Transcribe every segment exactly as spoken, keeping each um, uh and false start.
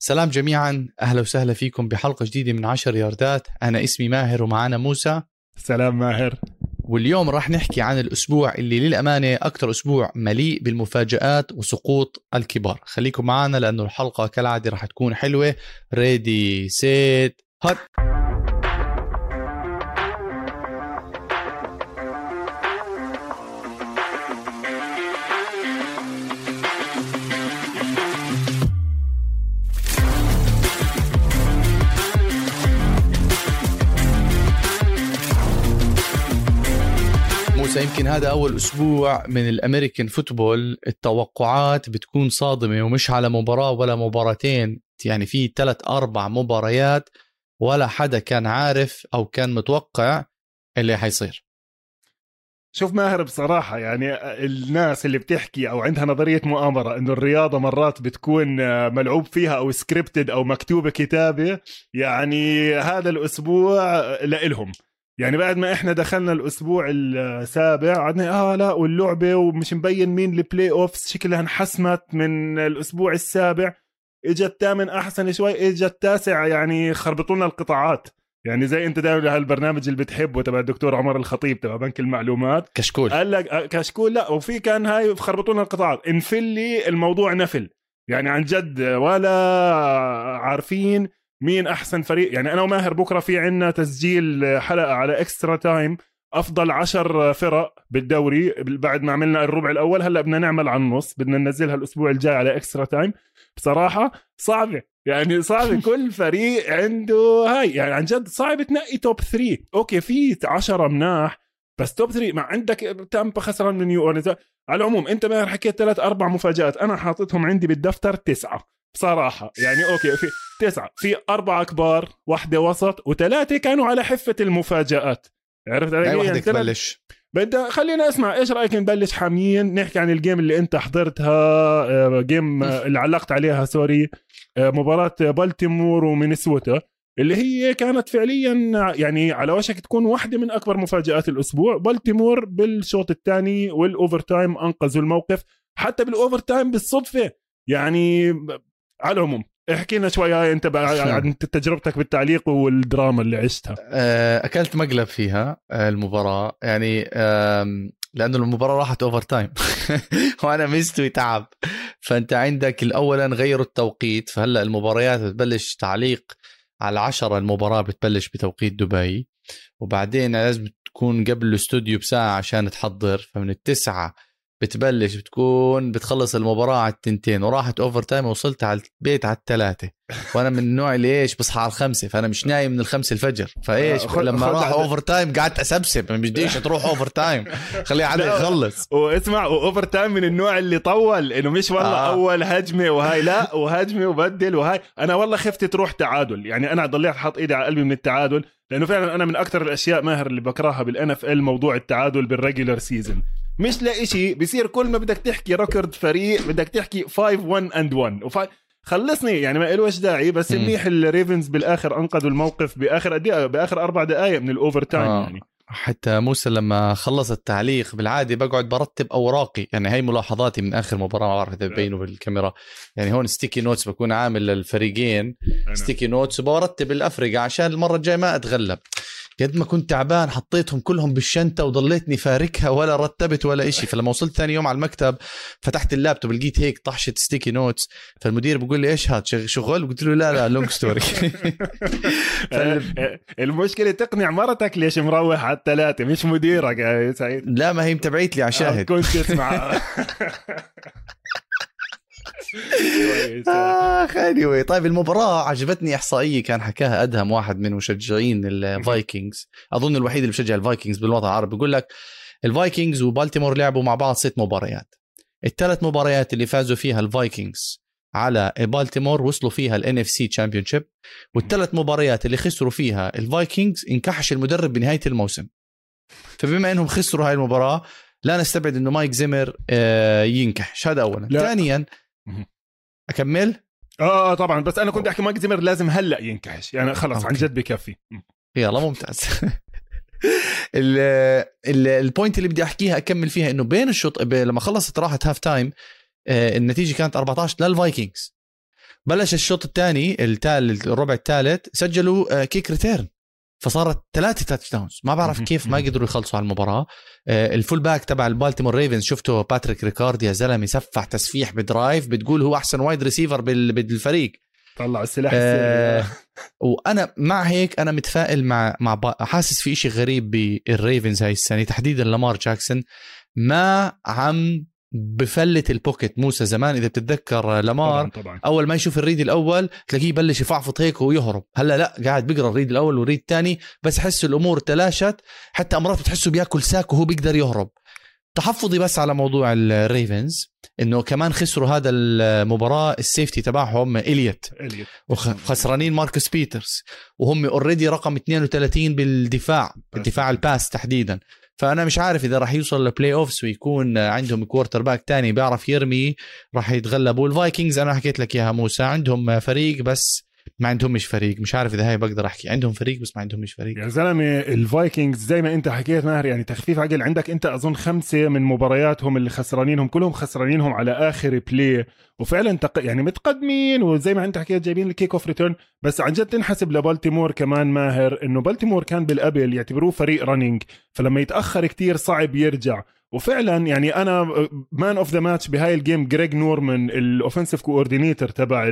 سلام جميعا، أهلا وسهلا فيكم بحلقة جديدة من عشر ياردات. أنا اسمي ماهر ومعانا موسى. سلام ماهر. واليوم راح نحكي عن الأسبوع اللي للأمانة أكتر أسبوع مليء بالمفاجآت وسقوط الكبار. خليكم معانا لأنه الحلقة كالعادة راح تكون حلوة. ريدي سيت هات. يمكن هذا أول أسبوع من الأمريكان فوتبول، التوقعات بتكون صادمة ومش على مباراة ولا مباراتين، يعني في ثلاث أربع مباريات ولا حدا كان عارف أو كان متوقع اللي حيصير. شوف ماهر، بصراحة يعني الناس اللي بتحكي أو عندها نظرية مؤامرة إنه الرياضة مرات بتكون ملعوب فيها أو سكريبتد أو مكتوبة كتابة، يعني هذا الأسبوع لإلهم. يعني بعد ما احنا دخلنا الاسبوع السابع عدنا اه لا واللعبه ومش مبين مين البلاي اوفس، شكلها انحسمت من الاسبوع السابع، اجى الثامن احسن شوي، اجى التاسع يعني خربطوا لنا القطاعات. يعني زي انت دائما هالبرنامج اللي بتحبه تبع الدكتور عمر الخطيب تبع بنك المعلومات، كشكول قال لك كشكول، لا وفي كان هاي خربطوا لنا القطاعات، انفلي الموضوع نفل. يعني عن جد ولا عارفين مين أحسن فريق. يعني أنا وماهر بكرة في عنا تسجيل حلقة على إكسترا تايم أفضل عشر فرق بالدوري بعد ما عملنا الربع الأول. هلأ بدنا نعمل على النص، بدنا ننزلها الأسبوع الجاي على إكسترا تايم. بصراحة صعبة، يعني صعبة. كل فريق عنده هاي، يعني عن جد صعب تنقي توب ثري. أوكي في عشرة مناح، بس توب ثري ما عندك تامبا خسران من نيو أورلينز. على العموم أنت ماهر حكيت ثلاث أربع مفاجآت، أنا حاطتهم عندي بالدفتر تسعة بصراحة. يعني أوكي في تسعة، في أربعة كبار، واحدة وسط، وثلاثة كانوا على حفة المفاجآت. عرفت علي؟ يعني يعني تبلش بدأ خلينا أسمع إيش رأيك نبلش حاميين، نحكي عن الجيم اللي أنت حضرتها، جيم اللي علقت عليها سوري، مباراة بالتيمور ومينيسوتا، اللي هي كانت فعليا يعني على وشك تكون واحدة من أكبر مفاجآت الأسبوع. بالتيمور بالشوط الثاني والأوفر تايم أنقذوا الموقف، حتى بالأوفر تايم بالصدفة. يعني على العموم احكي لنا شوي انت عن تجربتك بالتعليق والدراما اللي عشتها. اكلت مقلب فيها المباراه، يعني لانه المباراه راحت اوفر تايم وانا مستوي تعب. فانت عندك الاولا غيروا التوقيت، فهلا المباريات بتبلش تعليق على عشرة، المباراه بتبلش بتوقيت دبي، وبعدين لازم تكون قبل الاستوديو بساعه عشان تحضر. فمن التسعة بتبلش بتكون بتخلص المباراة على التنتين، وراحت اوفر تايم ووصلت على البيت على الثلاثة. وانا من النوع اللي ايش بصحى على الخمسة، فانا مش نايم من الخمسة الفجر. فايش لما راح اوفر تايم قعدت اسبسب، مش بديش تروح اوفر تايم، خليه عاد يخلص. واسمع، اوفر تايم من النوع اللي طول، انه مش والله آه. اول هجمة وهاي لا وهجمة وبدل وهاي. انا والله خفت تروح تعادل، يعني انا ضليت حاط ايدي على قلبي من التعادل، لانه فعلا انا من اكثر الاشياء ماهر اللي بكرهها بالان اف ال موضوع التعادل بالريجولر سيزون. مش لاقي شيء بيصير، كل ما بدك تحكي ريكورد فريق بدك تحكي خمسة واحد اند واحد، خلصني يعني ما إلوش داعي. بس منيح الريفنز بالاخر انقذوا الموقف باخر دقيقه، باخر اربع دقائق من الاوفر تايم. آه. يعني حتى موسى لما خلص التعليق بالعاده بقعد برتب اوراقي، يعني هي ملاحظاتي من اخر مباراه، ما بعرف اذا ببينوا بالكاميرا. يعني هون ستيكي نوتس بكون عامل للفريقين، ستيكي نوتس، وبرتب الافرقه عشان المره الجايه ما اتغلب. قد ما كنت تعبان حطيتهم كلهم بالشنطة وضليتني فاركها ولا رتبت ولا إشي. فلما وصلت ثاني يوم على المكتب فتحت اللابتوب لقيت هيك طحشة ستيكي نوتس، فالمدير بيقول لي إيش هاد شغل؟ قلت له لا لا لونج ستوري. المشكلة تقنع مرتك ليش مروح على الثلاثة مش مديرك يا سعيد. لا ما هي متبعيت لي على شاهد. كنت تسمع. آه خيري. طيب المباراة عجبتني إحصائية كان حكاها أدهم، واحد من مشجعين الفايكنجز، أظن الوحيد اللي بشجع الفايكنجز بالوطن العربي، بيقول لك الفايكنجز وبالتيمور لعبوا مع بعض ست مباريات، الثلاث مباريات اللي فازوا فيها الفايكنجز على بالتيمور وصلوا فيها ال إن إف سي Championship، والثلاث مباريات اللي خسروا فيها الفايكنجز انكحش المدرب بنهاية الموسم. فبما أنهم خسروا هاي المباراة لا نستبعد أنه مايك زيمر ينكحش. هذا أولا. ثانيا أكمل؟ آه طبعا، بس أنا كنت أحكي مايك زيمر لازم هلأ ينكحش، يعني خلص أوكي. عن جد بكفي. يلا ممتاز. البوينت اللي بدي أحكيها أكمل فيها إنه بين الشوط لما خلصت راحت هاف تايم النتيجة كانت أربعة عشر للفايكنجز، بلش الشوط الثاني الثالث الربع الثالث سجلوا كيك ريتيرن فصارت ثلاثة تاتش داونز. ما بعرف كيف ما قدروا يخلصوا على المباراة. الفول باك تبع البالتيمور ريفنز شفته باتريك ريكارد يا زلمة سفح تسفيح بدرايف بتقول هو أحسن وايد ريسيفر بالفريق طلع السلاح آه وأنا مع هيك أنا متفائل مع مع حاسس في إشي غريب بالريفنز هاي السنة تحديدا لامار جاكسون ما عم بفلت البوكيت. موسى زمان إذا بتتذكر لامار طبعاً طبعاً. أول ما يشوف الريد الأول تلاقيه يبلش يفعفط هيك ويهرب. هلا لا قاعد بيقرأ الريد الأول والريد الثاني بس حس الأمور تلاشت حتى أمرات بتحسه بياكل ساك وهو بيقدر يهرب. تحفظي بس على موضوع الريفنز إنه كمان خسروا هذا المباراة السيفتي تبعهم إليوت وخسرانين ماركوس بيترز وهم أوريدي رقم اثنين وثلاثين بالدفاع بالدفاع الباس تحديدا. فأنا مش عارف إذا راح يوصل لبلاي أوفس ويكون عندهم كوارتر باك تاني بيعرف يرمي راح يتغلبوا. الفايكنجز أنا حكيت لك ياها موسى عندهم فريق بس ما عندهم مش فريق. مش عارف إذا هاي بقدر أحكي عندهم فريق بس ما عندهم مش فريق يا زلمة. الفايكنجز زي ما أنت حكيت ماهر يعني تخفيف عقل عندك أنت أظن خمسة من مبارياتهم اللي خسرانينهم كلهم خسرانينهم على آخر بلاي وفعلا تق... يعني متقدمين وزي ما أنت حكيت جايبين الكيك أوف ريتيرن. بس عن جد تنحسب لبالتيمور كمان ماهر إنه بالتيمور كان بالقبل يعتبروه فريق رننج فلما يتأخر كتير صعب يرجع. وفعلا يعني انا مان اوف ذا ماتش بهاي الجيم جريج نورمان الاوفنسيف كوردينيتور تبع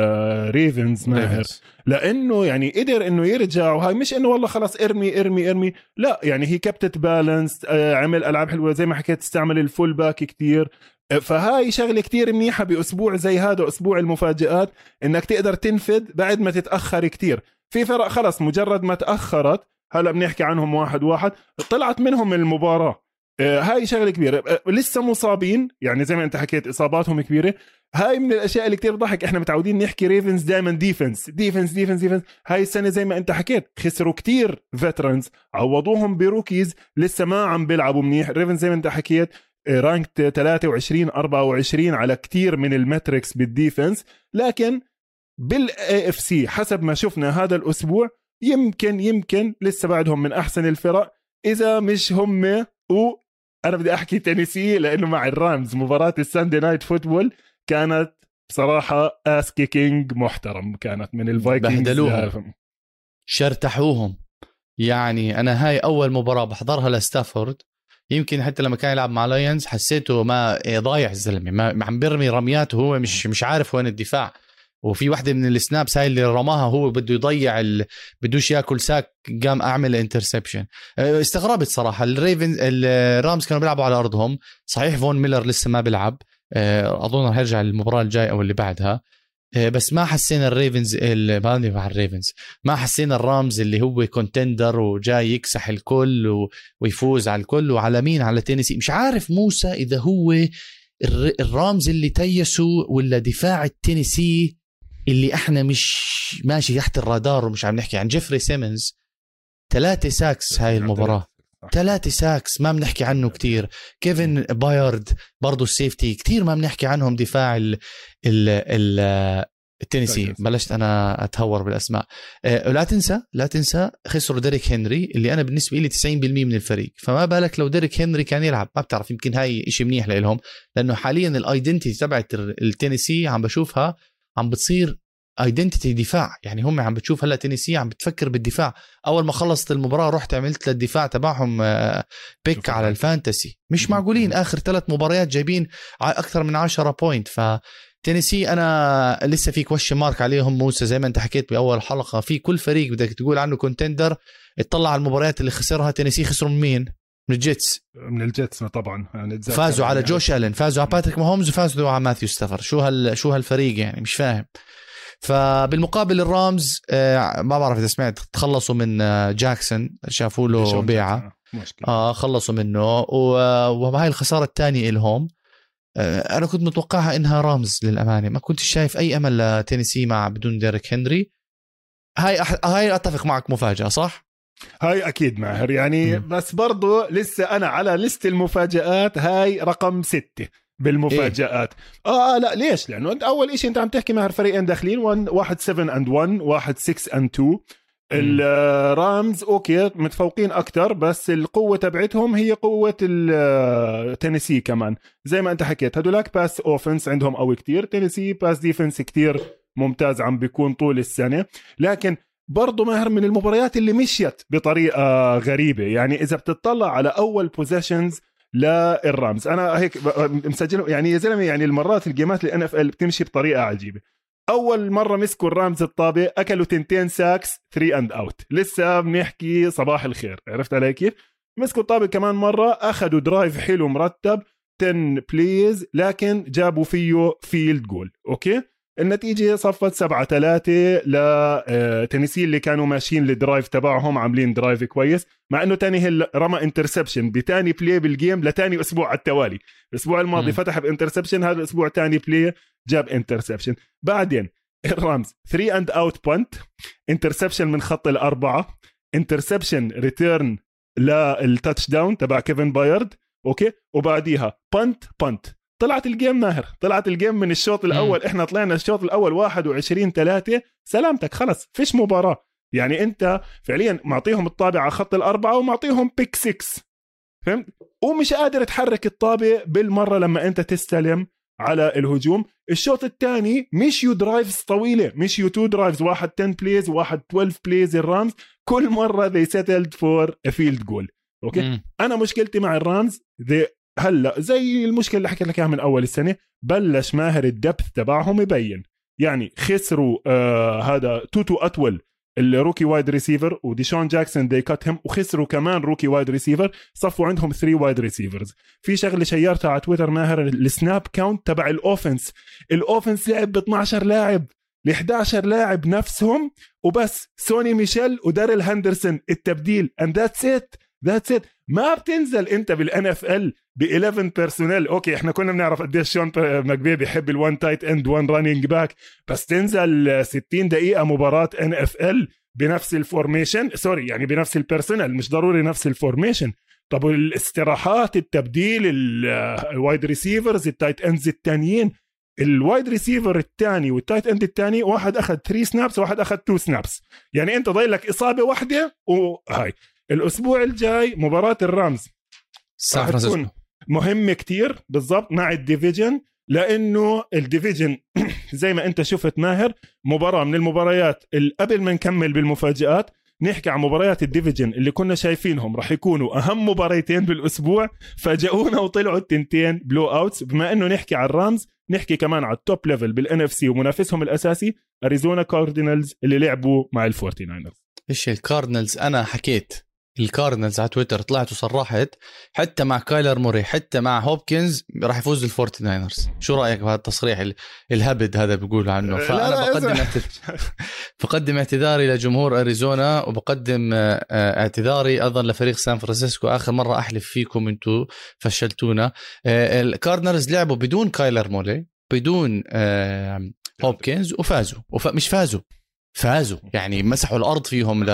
الريفنز ماهر لانه يعني قدر انه يرجع. وهاي مش انه والله خلاص ارمي ارمي ارمي لا يعني هي كابتت بالانس عمل العاب حلوه زي ما حكيت استعمل الفول باك كتير. فهاي شغله كتير منيحه باسبوع زي هذا اسبوع المفاجآت انك تقدر تنفذ بعد ما تتاخر كتير. في فرق خلص مجرد ما تاخرت هلا بنحكي عنهم واحد واحد طلعت منهم المباراه. هاي شغله كبيره. لسه مصابين يعني زي ما انت حكيت اصاباتهم كبيره. هاي من الاشياء اللي كتير ضحك. احنا متعودين نحكي ريفنز دائما ديفنس ديفنس ديفنس ديفنس. هاي السنه زي ما انت حكيت خسروا كتير فيترنز عوضوهم بروكيز لسه ما عم بيلعبوا منيح. ريفنز زي ما انت حكيت رانكت ثلاثة وعشرين أربعة وعشرين على كتير من المتريكس بالديفنس. لكن بالاي اف سي حسب ما شفنا هذا الاسبوع يمكن يمكن لسه بعدهم من احسن الفرق اذا مش هم. و أنا بدي أحكي تينيسي لأنه مع الرامز مباراة الساندي نايت فوتبول كانت بصراحة آس كيكينج محترم. كانت من الفايكنجز بهدلوهم شرتحوهم. يعني أنا هاي أول مباراة بحضرها لستافورد يمكن حتى لما كان يلعب مع لاينز حسيته ما ضايع الزلمة ما عم بيرمي رميات وهو مش مش عارف وين الدفاع. وفي واحدة من السنابس هاي اللي رماها هو بده يضيع ال... بدوش ياكل ساك قام اعمل انترسبشن. استغربت صراحة. الريفنز الرامز كانوا بيلعبوا على ارضهم صحيح. فون ميلر لسه ما بيلعب اظن رح يرجع المباراة الجاي او اللي بعدها. بس ما حسينا الريفنز اللي مع الريفنز ما حسينا الرامز اللي هو كونتندر وجاي يكسح الكل و... ويفوز على الكل. وعلى مين؟ على تينيسي. مش عارف موسى اذا هو الرامز اللي تيسوا ولا دفاع التينيسي اللي احنا مش ماشي تحت الرادار. ومش عم نحكي عن جيفري سيمنز ثلاثة ساكس هاي المباراة ثلاثة ساكس ما بنحكي عنه كتير. كيفن بايرد برضو السيفتي كتير ما بنحكي عنهم. دفاع ال ال ال التينيسي بلشت انا اتهور بالاسماء. أه لا تنسى لا تنسى خسروا ديريك هنري اللي انا بالنسبه لي تسعين بالمية من الفريق. فما بالك لو ديريك هنري كان يلعب ما بتعرف يمكن هاي إشي منيح لهم لانه حاليا الايدنتيتي تبعت التينيسي عم بشوفها عم بتصير ايدنتيتي دفاع. يعني هم عم بتشوف هلا تينيسي عم بتفكر بالدفاع. اول ما خلصت المباراه رحت عملت للدفاع تبعهم بيك على الفانتسي. مش معقولين اخر ثلاث مباريات جايبين اكثر من عشرة بوينت. فتينيسي انا لسه في كويشن مارك عليهم موسى زي ما انت حكيت باول حلقه. في كل فريق بدك تقول عنه كونتندر اطلع على المباريات اللي خسرها. تينيسي خسروا من مين؟ من الجيتس. من الجيتس طبعا يعني فازوا على جوش ألين فازوا على باتريك ماهومز وفازوا على ماثيو ستافر. شو هال شو هالفريق يعني مش فاهم. فبالمقابل الرامز ما بعرف اذا سمعت تخلصوا من جاكسون شافوا له بيعه اه خلصوا منه. وهاي الخساره الثانيه لهم. انا كنت متوقعها انها رامز للامانه. ما كنت شايف اي امل لتينيسي مع بدون ديريك هنري. هاي أح... هاي اتفق معك مفاجاه صح. هاي اكيد ماهر يعني م. بس برضو لسه انا على لست المفاجآت هاي رقم ستة بالمفاجآت. إيه؟ اه لا ليش؟ لانه انت اول إشي انت عم تحكي مع فريقين داخلين واحد سبعة اند واحد واحد ستة اند اثنين. الرامز اوكي متفوقين اكتر بس القوه تبعتهم هي قوه التينيسي كمان زي ما انت حكيت. هدولاك باس اوفنس عندهم قوي كتير. تينيسي باس ديفنس كتير ممتاز عم بيكون طول السنة. لكن برضو ماهر من المباريات اللي مشيت بطريقة غريبة. يعني إذا بتطلع على أول بوزيشنز للرامز، أنا هيك مسجله يعني يا زلمة، يعني المرات الجيمات ال إن إف إل بتمشي بطريقة عجيبة. أول مرة مسكوا الرامز الطابة أكلوا تنتين ساكس ثري أند أوت، لسه بنحكي صباح الخير، عرفت علي كيف؟ مسكوا الطابة كمان مرة أخذوا درايف حلو مرتب عشرة بليز، لكن جابوا فيه فيلد جول. أوكي، النتيجة صفت سبعة ثلاثة لتنسي اللي كانوا ماشيين الدرايف تبعهم عاملين درايف كويس، مع انه تاني هل رمى انترسبشن بتاني بلاي بالجيم لتاني اسبوع على التوالي. الاسبوع الماضي م. فتح بانترسبشن، هذا الاسبوع تاني بلاي جاب انترسبشن. بعدين الرامز ثري اند اوت بونت، انترسبشن من خط الاربعة، انترسبشن ريتيرن للتاتش داون تبع كيفن بايرد. اوكي، وبعديها بونت بونت. طلعت الجيم ماهر، طلعت الجيم من الشوط الأول. م. إحنا طلعنا الشوط الأول واحد وعشرين ثلاثة، سلامتك خلص فيش مباراة. يعني أنت فعليا معطيهم الطابة على خط الأربعة ومعطيهم بيك سيكس، فهمت؟ ومش قادر تحرك الطابة بالمرة لما أنت تستلم على الهجوم. الشوط الثاني مش يو درايفز طويلة، مش يو تو درايفز، واحد عشرة بليز واحد اثناشر بليز. الرامز كل مرة they settled for a field goal. أوكي، م. أنا مشكلتي مع الرامز they هلا زي المشكله اللي حكيت لك اياها من اول السنه، بلش ماهر الدبث تبعهم يبين. يعني خسروا آه هذا توتو اتول الروكي وايد ريسيفر، وديشون جاكسون دي كاتهم، وخسروا كمان روكي وايد ريسيفر، صفوا عندهم ثري وايد ريسيفرز. في شغله شيرتها على تويتر ماهر، السناب كاونت تبع الاوفنس. الاوفنس لعب ب اثناشر لاعب، ل احد عشر لاعب نفسهم وبس، سوني ميشيل وداريل هندرسون التبديل، اند ذاتس ات ذاتس ات. ما بتنزل انت بالان اف ال ب إحداشر بيرسونيل. اوكي، احنا كنا بنعرف قديش شون ماكبي بيحب الوان تايت اند وان رانينج باك، بس تنزل ستين دقيقه مباراه ان اف ال بنفس الفورميشن، سوري يعني بنفس البيرسونيل، مش ضروري نفس الفورميشن. طب الاستراحات، التبديل، الوايد ريسيفرز، التايت اندز الثانيين، الوايد ريسيفر الثاني والتايت اند الثاني واحد اخذ ثري سنابس وواحد اخذ تو سنابس. يعني انت ضايلك اصابه واحده. وهاي الاسبوع الجاي مباراه الرامز سان فرانسيسكو مهمه كتير بالضبط مع الديفيجن، لانه الديفيجن زي ما انت شفت ماهر مباراه من المباريات اللي قبل ما نكمل بالمفاجآت نحكي عن مباريات الديفيجن اللي كنا شايفينهم راح يكونوا اهم مباريتين بالاسبوع، فاجئونا وطلعوا التنتين بلو اوتس. بما انه نحكي عن الرامز نحكي كمان على التوب ليفل بالان اف سي ومنافسهم الاساسي اريزونا كاردينالز اللي لعبوا مع الفورتي ناينرز. ايش الكاردينالز؟ انا حكيت الكاردينالز على تويتر، طلعت وصرحت حتى مع كايلر موري حتى مع هوبكنز راح يفوز الفورتي ناينرز. شو رايك بهذا التصريح الهبد هذا بيقول عنه؟ فانا بقدم بقدم اعتذاري لجمهور اريزونا، وبقدم اعتذاري ايضا لفريق سان فرانسيسكو. اخر مره احلف فيكم انتم فشلتونا. الكاردينالز لعبوا بدون كايلر موري بدون هوبكنز وفازوا، ومش فازوا فازوا يعني مسحوا الأرض فيهم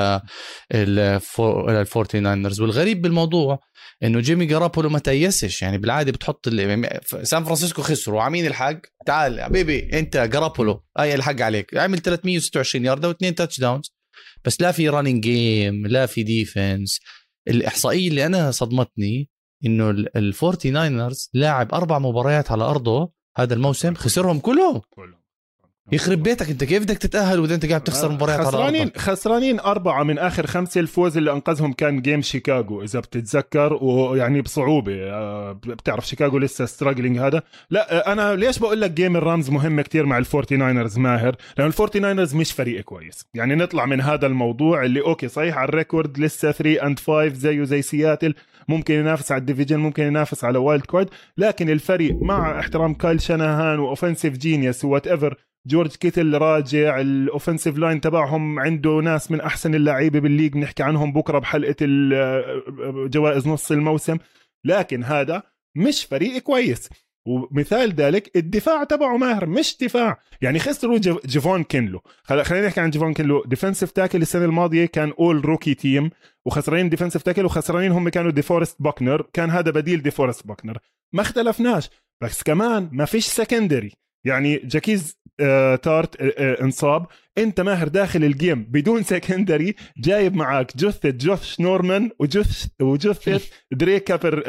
للفورتي ناينرز. والغريب بالموضوع إنه جيمي جارابولو ما تيسش. يعني بالعادة بتحط سان فرانسيسكو خسروا وعمين الحق، تعال حبيبي أنت جارابولو أي الحق عليك، عمل ثلاثمية وستة وعشرين ياردة واثنين تاتش داونز، بس لا في رانينج جيم لا في ديفنس. الإحصائية اللي أنا صدمتني إنه الفورتي ناينرز لاعب أربع مباريات على أرضه هذا الموسم خسرهم كلهم. يخرب بيتك انت كيف بدك تتأهل واذا انت قاعد تخسر مباريات على خسرانين خسرانين أربعة من آخر خمسة. الفوز اللي أنقذهم كان جيم شيكاغو إذا بتتذكر، ويعني بصعوبة. بتعرف شيكاغو لسه ستراجلينج هذا. لا أنا ليش بقول لك جيم الرامز مهمة كتير مع الفورتي ناينرز ماهر؟ لأن الفورتي ناينرز مش فريق كويس. يعني نطلع من هذا الموضوع اللي أوكي صحيح على الريكورد لسه ثري أند فايف زيه زي سياتل، ممكن ينافس على الديفيجن، ممكن ينافس على وايلد كارد، لكن الفريق مع احترام كايل شاناهان وأوفنسيف جينيوس وات ايفر، جورج كيتل راجع، الاوفنسيف لاين تبعهم عنده ناس من احسن اللعيبه بالليج، بنحكي عنهم بكره بحلقه جوائز نص الموسم، لكن هذا مش فريق كويس. ومثال ذلك الدفاع تبعه ماهر مش دفاع. يعني خسروا جيفون كينلو، خلينا نحكي عن جيفون كينلو ديفنسيف تاكل السنه الماضيه كان اول روكي تيم، وخسرين ديفنسيف تاكل، وخسرانين هم كانوا ديفورست باكنر، كان هذا بديل ديفورست باكنر، ما اختلفناش، بس كمان ما فيش سكندري. يعني جاكيز تارت انصاب، انت ماهر داخل الجيم بدون سكندري جايب معك جثة جوش نورمان وجث وجثة دريك كابر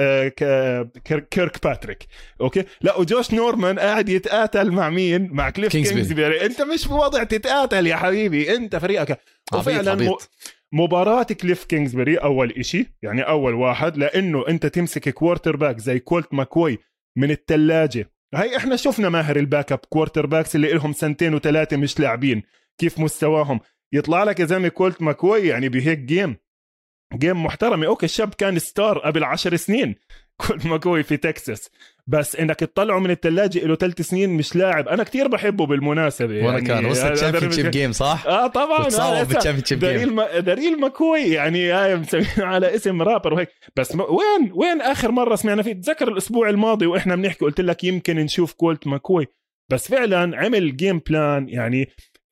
كيرك باتريك. اوكي لا وجوش نورمان قاعد يتقاتل مع مين؟ مع كليف كينغزبري. انت مش في وضع تتقاتل يا حبيبي، انت فريقك. وفعلا م... مباراة كليف كينغزبري اول اشي يعني اول واحد، لانه انت تمسك كوارتر باك زي كولت ماكوي من التلاجة. هاي احنا شفنا ماهر الباك اب كوارتر باكس اللي لهم سنتين وثلاثة مش لاعبين كيف مستواهم، يطلع لك يا زلمه كولت ماكوي يعني بهيك جيم جيم محترمه. اوكي الشاب كان ستار قبل عشر سنين كولت ماكوي في تكساس، بس انك تطلعه من الثلاجه له ثلاث سنين مش لاعب. انا كتير بحبه بالمناسبه وانا يعني كان وصل تشامبيونشيب جيم صح؟ اه طبعا تصاوب بالتشامبيونشيب جيم داريل ماكوي يعني هاي مسمينه على اسم رابر وهيك. بس م... وين وين اخر مره سمعنا فيه؟ تذكر الاسبوع الماضي واحنا بنحكي قلت لك يمكن نشوف كولت ماكوي، بس فعلا عمل جيم بلان يعني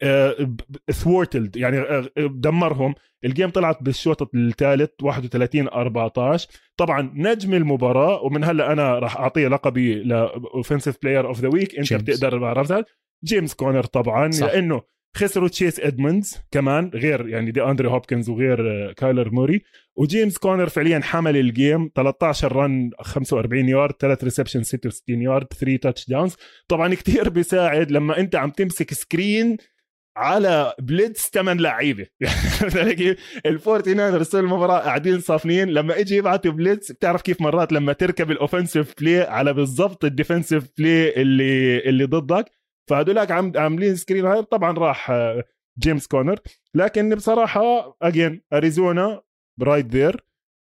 ثوارتلد uh, يعني uh, دمرهم. الجيم طلعت بالشوط الثالث واحد وثلاثين أربعة عشر. طبعا نجم المباراة ومن هلا أنا راح أعطيه لقبي لأوفنسيف بلاير أوف ذا ويك. أنت جيمس. بتقدر بعرفها جيمس كونر طبعا صح. لأنه خسروا تشيس إدموندز كمان غير يعني دي أندري هوبكنز وغير كايلر موري، وجيمس كونر فعليا حمل الجيم ثلاثة عشر رن خمسة وأربعين يارد ثلاث ريسبشن ستة وستين يارد ثلاثة تاتش داونز. طبعا كتير بيساعد لما أنت عم تمسك سكرين على بليتس ثمان لعيبه يعني الفورتي ناينرز المباراه قاعدين صافنين، لما اجي يبعثوا بليتس بتعرف كيف مرات لما تركب الاوفنسيف بلاي على بالضبط الديفنسيف بلاي اللي اللي ضدك، فهدولك عم عاملين سكرين. هاي طبعا راح جيمس كونر. لكن بصراحه اجين اريزونا رايت ذير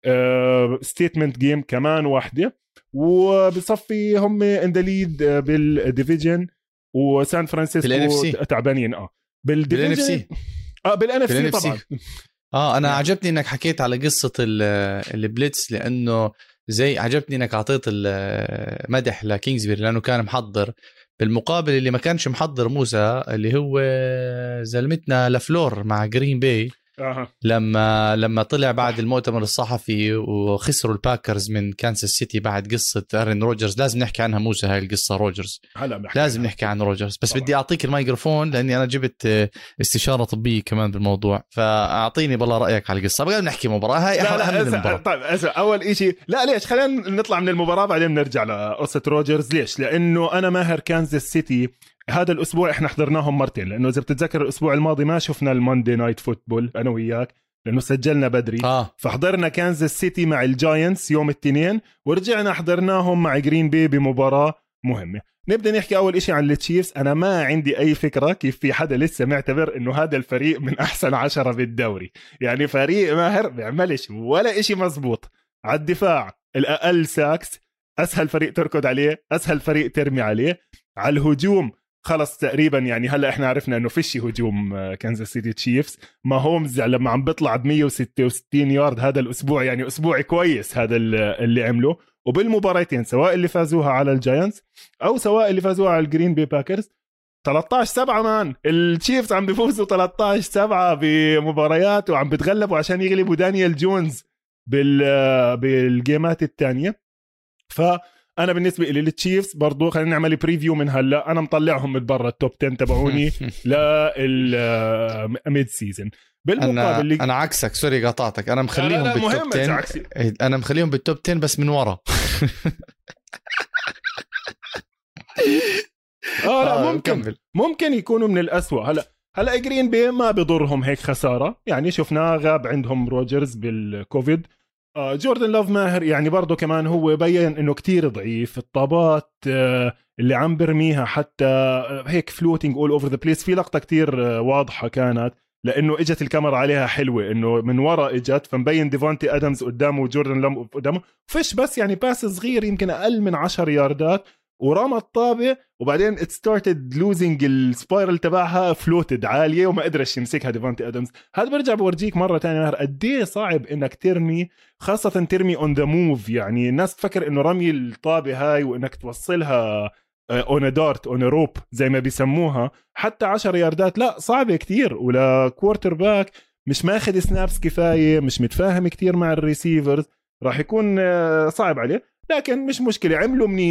ستيتمنت جيم كمان واحده، وبصفي هم ان ذا ليد بالديفيجن، وسان فرانسيسكو تعبانين اه بالان اف سي اه بالان اف سي طبعا. اه انا عجبني انك حكيت على قصه البليتس، لانه زي عجبني انك اعطيت المدح لكينغزبري لانه كان محضر. بالمقابل اللي ما كانش محضر موسى اللي هو زلمتنا لفلور مع جرين باي أه. لما لما طلع بعد المؤتمر الصحفي وخسروا الباكرز من كانساس سيتي بعد قصة أرين روجرز. لازم نحكي عنها موسى هاي القصة روجرز، لازم نحكي عن روجرز. بس طبعا. بدي أعطيك الميكروفون لأني أنا جبت استشارة طبية كمان بالموضوع، فأعطيني بالله رأيك على القصة. بقى نحكي مباراة هاي أهم من المباراة. طيب أول إشي لا ليش خلينا نطلع من المباراة بعدين نرجع لقصة روجرز. ليش؟ لأنه أنا ماهر كانساس سيتي هذا الأسبوع إحنا حضرناهم مرتين، لأنه إذا بتتذكر الأسبوع الماضي ما شفنا الماندي نايت فوتبول أنا وياك لأنه سجلنا بدري آه. فحضرنا كانزاس سيتي مع الجاينتس يوم الاثنين، ورجعنا حضرناهم مع جرين بي بمباراة مهمة. نبدأ نحكي أول إشي عن التشيفز. أنا ما عندي أي فكرة كيف في حدا لسه معتبر إنه هذا الفريق من أحسن عشرة بالدوري. يعني فريق ماهر بيعملش ولا إشي مزبوط. على الدفاع الأقل ساكس، أسهل فريق تركض عليه، أسهل فريق ترمي عليه. على الهجوم خلص تقريبا يعني هلا احنا عرفنا انه فيش هجوم كانزاس سيتي تشيفز. ما هومز لما عم بيطلع ب مية وستة وستين يارد هذا الاسبوع، يعني اسبوع كويس هذا اللي عمله. وبالمباراتين سواء اللي فازوها على الجاينتس او سواء اللي فازوها على الجرين بي باكرز ثلاثة عشر سبعة مان التشيفز عم بيفوزوا ثلاثة عشر سبعة بمباريات، وعم بتغلبوا عشان يغلبوا دانيال جونز بال بالجيمات الثانيه. ف انا بالنسبه لي للتشيفز برضو خلينا نعمل بريفيو من هلا. انا مطلعهم من برا التوب عشرة تبعوني للميد سيزن. بالمقابل انا اللي... انا عكسك سوري قاطعتك. انا مخليهم بالتوب عشرة، انا مخليهم بالتوب عشرة بس من ورا. اه لا ممكن ممكن يكونوا من الأسوأ. هلا هلا جرين بي ما بضرهم هيك خساره، يعني شفناه غاب عندهم روجرز بالكوفيد. آه جوردن لوف ماهر يعني برضه كمان هو بيّن انه كتير ضعيف. الطابات آه اللي عم برميها حتى آه هيك فلوتينج اول اوفر ذا بليس. في لقطه كتير آه واضحه كانت لانه اجت الكاميرا عليها حلوه، انه من وراء اجت فمبين ديفونتي ادمز قدامه وجوردن لوف قدامه. فيش بس يعني باس صغير يمكن اقل من عشر ياردات ورمى الطابة، وبعدين it started losing السبايرل تبعها فلوتد عالية وما قدرش يمسكها ديفونتي أدمز. هذا برجع بورجيك مرة تانية قديه صعب إنك ترمي، خاصة ترمي on the move. يعني الناس تفكر إنه رمي الطابة هاي وإنك توصلها on a dart on a rope زي ما بيسموها حتى عشر ياردات، لا صعبة كتير. ولا كوارتر باك مش ماخد سنابس كفاية، مش متفاهم كتير مع الريسيفرز، راح يكون صعب عليه. لكن مش مشكلة، عملوا منيح.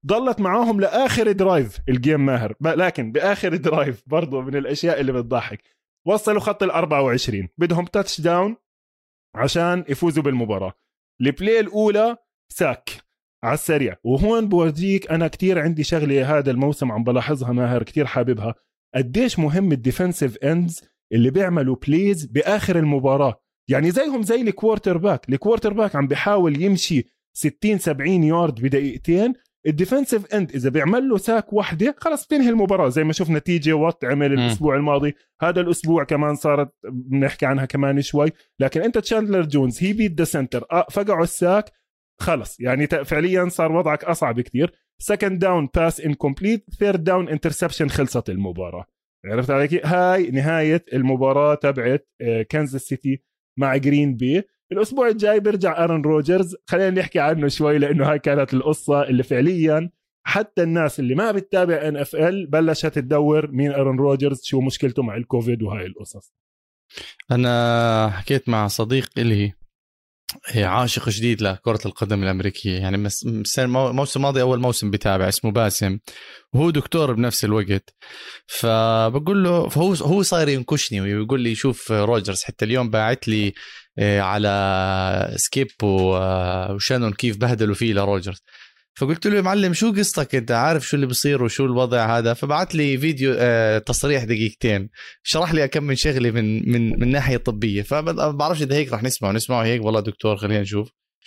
ضلت معاهم لآخر درايف الجيم ماهر، لكن بآخر درايف برضو من الأشياء اللي بتضحك وصلوا خط الأربعة وعشرين، بدهم تاتش داون عشان يفوزوا بالمباراة. البلاي الأولى ساك على السريع. وهون بورجيك أنا كتير عندي شغلة هذا الموسم عم بلاحظها ماهر كتير حاببها، قديش مهم الديفنسيف اندز اللي بيعملوا بليز بآخر المباراة. يعني زيهم زي الكوارتر باك، الكوارتر باك عم بيحاول يمشي ستين سبعين يارد بدقيقتين، الديفنسيف اند اذا بيعمل له ساك واحده خلص بتنهي المباراه، زي ما شفنا تي جي وات عمل الاسبوع الماضي، هذا الاسبوع كمان صارت بنحكي عنها كمان شوي. لكن انت تشاندلر جونز هي بيد ذا سنتر آه فقعوا الساك خلص، يعني فعليا صار وضعك اصعب كتير. سكند داون باس انكمبليت، ثيرد داون انترسبشن، خلصت المباراه. عرفت عليك؟ هاي نهايه المباراه تبعت كانزاس سيتي مع جرين بي. الأسبوع الجاي بيرجع آرون روجرز، خلينا نحكي عنه شوي لأنه هاي كانت القصة اللي فعليا حتى الناس اللي ما بتتابع إن إف إل بلشت تدور مين آرون روجرز، شو مشكلته مع الكوفيد وهاي القصص. أنا حكيت مع صديق إلي عاشق جديد لكرة القدم الأمريكية، يعني موسم الماضي أول موسم بتابع، اسمه باسم وهو دكتور بنفس الوقت. فبقول له، فهو هو صاير ينكشني ويقول لي شوف روجرز، حتى اليوم باعت لي على سكيب وشانون كيف بهدلوا فيه لروجرز. فقلت له يا معلم شو قصتك، انت عارف شو اللي بيصير وشو الوضع هذا؟ فبعت لي فيديو تصريح دقيقتين شرح لي كم من شغله من من من ناحيه طبيه. فما بعرفش اذا هيك رح نسمع نسمعه هيك. والله دكتور خلينا نشوف.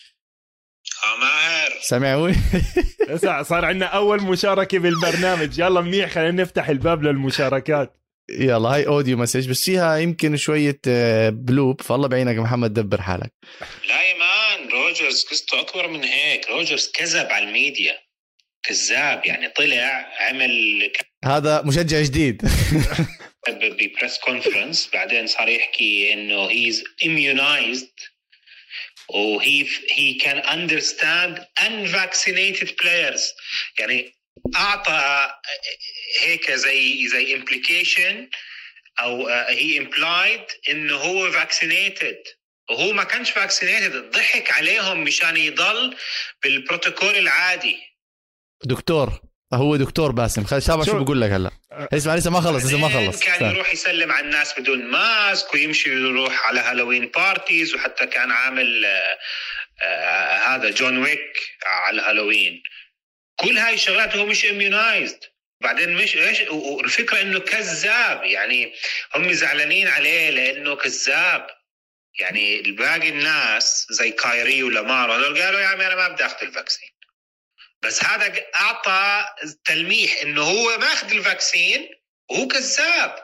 ماهر سامعوني؟ صار عندنا اول مشاركه بالبرنامج، يلا منيح خلينا نفتح الباب للمشاركات. يلا هاي اوديو مسج بس فيها يمكن شويه بلوب، فالله بعينك محمد دبر حالك. لا يا مان، روجرز قصته اكبر من هيك. روجرز كذب على الميديا، كذاب يعني. طلع عمل هذا مشجع جديد ببريس كونفرنس، بعدين صار يحكي انه هيز immunized و he he can understand unvaccinated players. يعني اعطى هيك زي زي implication او he implied انه هو vaccinated وهو ما كانش vaccinated. ضحك عليهم مشان يضل بالبروتوكول العادي. دكتور هو دكتور باسم، خلي شابع شو بقول لك هلا. اسمع لسه ما خلص لسه ما خلص. كان سان. يروح يسلم على الناس بدون ماسك ويمشي يروح على هالوين بارتيز، وحتى كان عامل آه آه هذا جون ويك على هالوين. كل هاي الشغلات هو مش اميونايزد. بعدين مش ايش، والفكره انه كذاب. يعني هم زعلانين عليه لانه كذاب. يعني الباقي الناس زي كايري ولامار قالوا يا عمي انا ما بدي اخذ الفاكسين، بس هذا اعطى تلميح انه هو ماخذ الفاكسين وهو كذاب.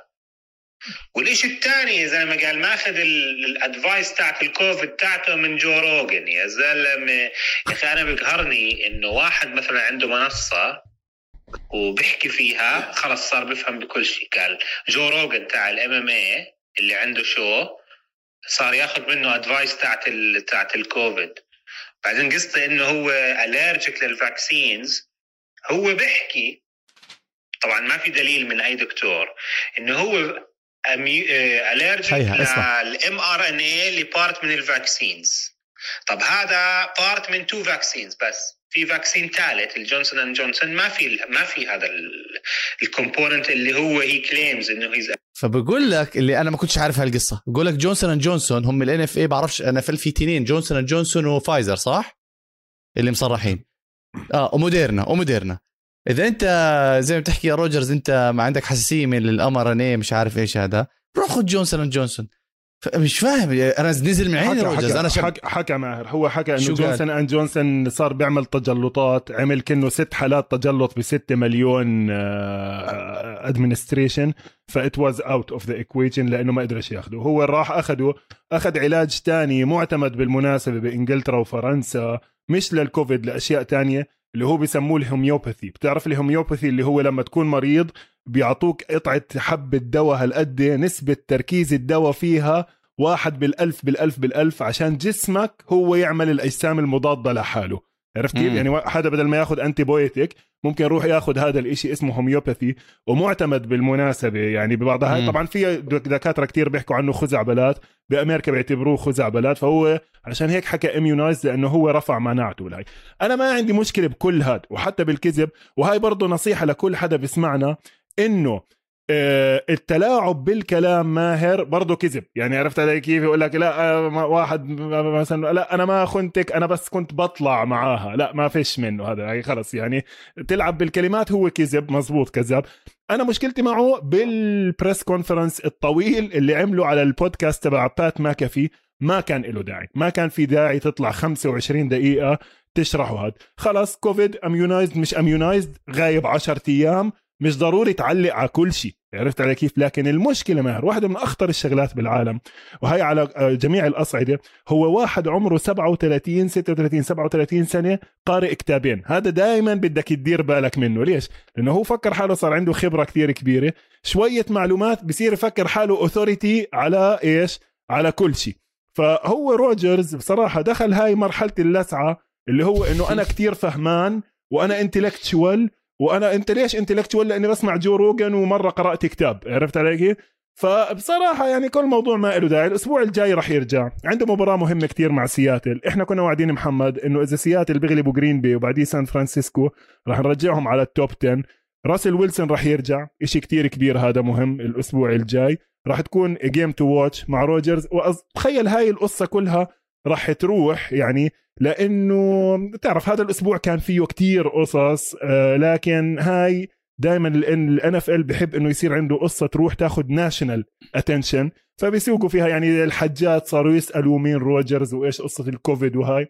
والإشي الثاني زي ما قال ماخذ الادفايس تاعت الكوفيد تاعته من جو روغن. يا زلمه يا اخي انا بقهرني انه واحد مثلا عنده منصه وبيحكي فيها خلص صار بفهم بكل شيء. قال جو روغن تاع الام ام اي اللي عنده شو صار ياخذ منه ادفايس تاعت ال تاعت الكوفيد. بعدين قصته انه هو الرجيك للفاكسينز. هو بيحكي طبعا ما في دليل من اي دكتور انه هو الرجيك للام ار ان اي اللي بارت من الفاكسينز. طب هذا بارت من تو فاكسينز، بس في فاكسين ثالث الجونسون اند جونسون ما في ما في هذا الكومبوننت اللي هو هي كليمز انه هي. فبقول لك اللي انا ما كنتش عارف هالقصه، بقول لك جونسون اند جونسون هم الان اف اي، بعرفش انا في اثنين جونسون اند جونسون وفايزر صح اللي مصرحين، اه وموديرنا وموديرنا. اذا انت زي ما بتحكي يا روجرز انت ما عندك حساسيه من الامر ان مش عارف ايش هذا، روح خذ جونسون اند جونسون. مش فاهم انا نزل من عيني روجرز. انا شك... حكى حكى ماهر، هو حكى انه جونسون اند جونسون صار بيعمل تجلطات، عمل كأنه ست حالات تجلط بستة مليون ادمنستريشن، فإت واز اوت اوف ذا ايكويشن لانه ما قدرش ياخده. هو راح اخده اخذ علاج تاني معتمد بالمناسبه بانجلترا وفرنسا مش للكوفيد، لاشياء تانية اللي هو بيسموه الهوميوباثي. بتعرف الهوميوباثي اللي هو لما تكون مريض بيعطوك قطعة حبة دواء هالقد نسبة تركيز الدواء فيها واحد بالألف بالألف بالألف عشان جسمك هو يعمل الأجسام المضادة لحاله. عرفت كيف؟ يعني حدا بدل ما ياخد انتي بايوتيك ممكن يروح ياخد هذا الاشي اسمه هوميوباثي ومعتمد بالمناسبة يعني ببعضها. هاي طبعا في دكاترة كتير بيحكوا عنه خزعبلات، بأمريكا بيعتبروه خزعبلات، فهو عشان هيك حكى اميونايز لأنه هو رفع مناعته لهي. أنا ما عندي مشكلة بكل هاد وحتى بالكذب، وهاي برضو نصيحة لكل حدا بيسمعنا إنه التلاعب بالكلام ماهر برضو كذب. يعني عرفت علي كيف؟ يقول لك لا واحد مثلا لا انا ما خنتك انا بس كنت بطلع معاها، لا ما فيش منه هذا، يعني خلص يعني تلعب بالكلمات هو كذب، مزبوط كذاب. انا مشكلتي معه بالبريس كونفرنس الطويل اللي عمله على البودكاست تبع بات ماكافي، ما كان له داعي، ما كان في داعي تطلع خمسة وعشرين دقيقة تشرحوا هذا. خلص كوفيد اميونايزد مش اميونايزد غايب عشرة ايام، مش ضروري تعلق على كل شيء. عرفت على كيف؟ لكن المشكلة ماهر واحدة من أخطر الشغلات بالعالم، وهي على جميع الأصعدة، هو واحد عمره سبعة وثلاثين ستة وثلاثين سبعة وثلاثين سنة قارئ كتابين. هذا دائما بدك تدير بالك منه. ليش؟ لأنه هو فكر حاله صار عنده خبرة كتير كبيرة، شوية معلومات بصير يفكر حاله أوثوريتي على إيش؟ على كل شيء. فهو روجرز بصراحة دخل هاي مرحلة اللسعة اللي هو إنه أنا كتير فهمان وأنا انتلكتشوال، وانا انت ليش انتلكتشوال؟ لاني بسمع جو روجن ومره قرات كتاب. عرفت علي كيف؟ فبصراحه يعني كل موضوع ما له داعي. الاسبوع الجاي راح يرجع عنده مباراه مهمه كتير مع سياتل. احنا كنا واعدين محمد انه اذا سياتل بيغلبوا جرين بي وبعديه سان فرانسيسكو راح نرجعهم على التوب عشرة. راسل ويلسون راح يرجع، اشي كتير كبير هذا مهم. الاسبوع الجاي راح تكون جيم تو واتش مع روجرز، وتخيل هاي القصه كلها راح تروح يعني، لأنه تعرف هذا الأسبوع كان فيه كتير قصص، آه لكن هاي دايما ال إن إف إل بحب إنه يصير عنده قصة تروح تاخد ناشنال أتنشن، فبيسوقوا فيها. يعني الحجات صاروا يسألوا مين روجرز وإيش قصة الكوفيد وهاي،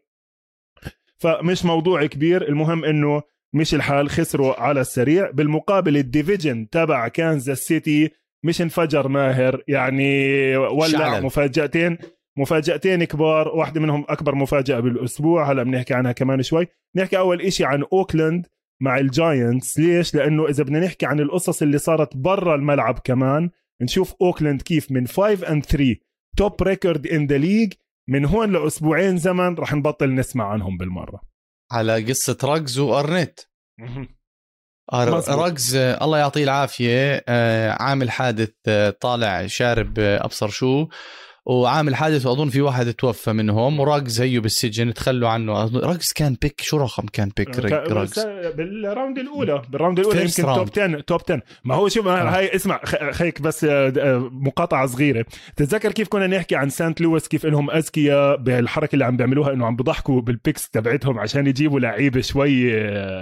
فمش موضوع كبير. المهم إنه مش الحال، خسروا على السريع. بالمقابل الديفيجن تبع كانزاس سيتي مش انفجر ماهر، يعني ولع مفاجأتين مفاجأتين كبار، واحدة منهم أكبر مفاجأة بالأسبوع، هلأ بنحكي عنها كمان شوي. نحكي أول إشي عن أوكلاند مع الجاينتس. ليش؟ لأنه إذا بدنا نحكي عن القصص اللي صارت برا الملعب كمان، نشوف أوكلاند كيف من خمسة and ثلاثة توب ريكورد إن ذا ليج، من هون لأسبوعين زمن رح نبطل نسمع عنهم بالمرة. على قصة رجز وأرنت. رجز الله يعطيه العافية، عامل حادث، طالع شارب أبصر شو، وعامل حادث وأظن في واحد توفى منهم، وراجز هيو بالسجن تخلوا عنه. راجز كان بيك، شو رقم كان بيك راجز بالراوند الأولى؟ بالراوند الأولى يمكن توب عشرة توب عشرة. ما هو شوف آه. هاي اسمع خيك بس مقاطعة صغيرة. تتذكر كيف كنا نحكي عن سانت لويس كيف إنهم أذكياء بالحركة اللي عم بيعملوها، إنه عم بضحكوا بالبيكس تبعتهم عشان يجيبوا لعيبة شوي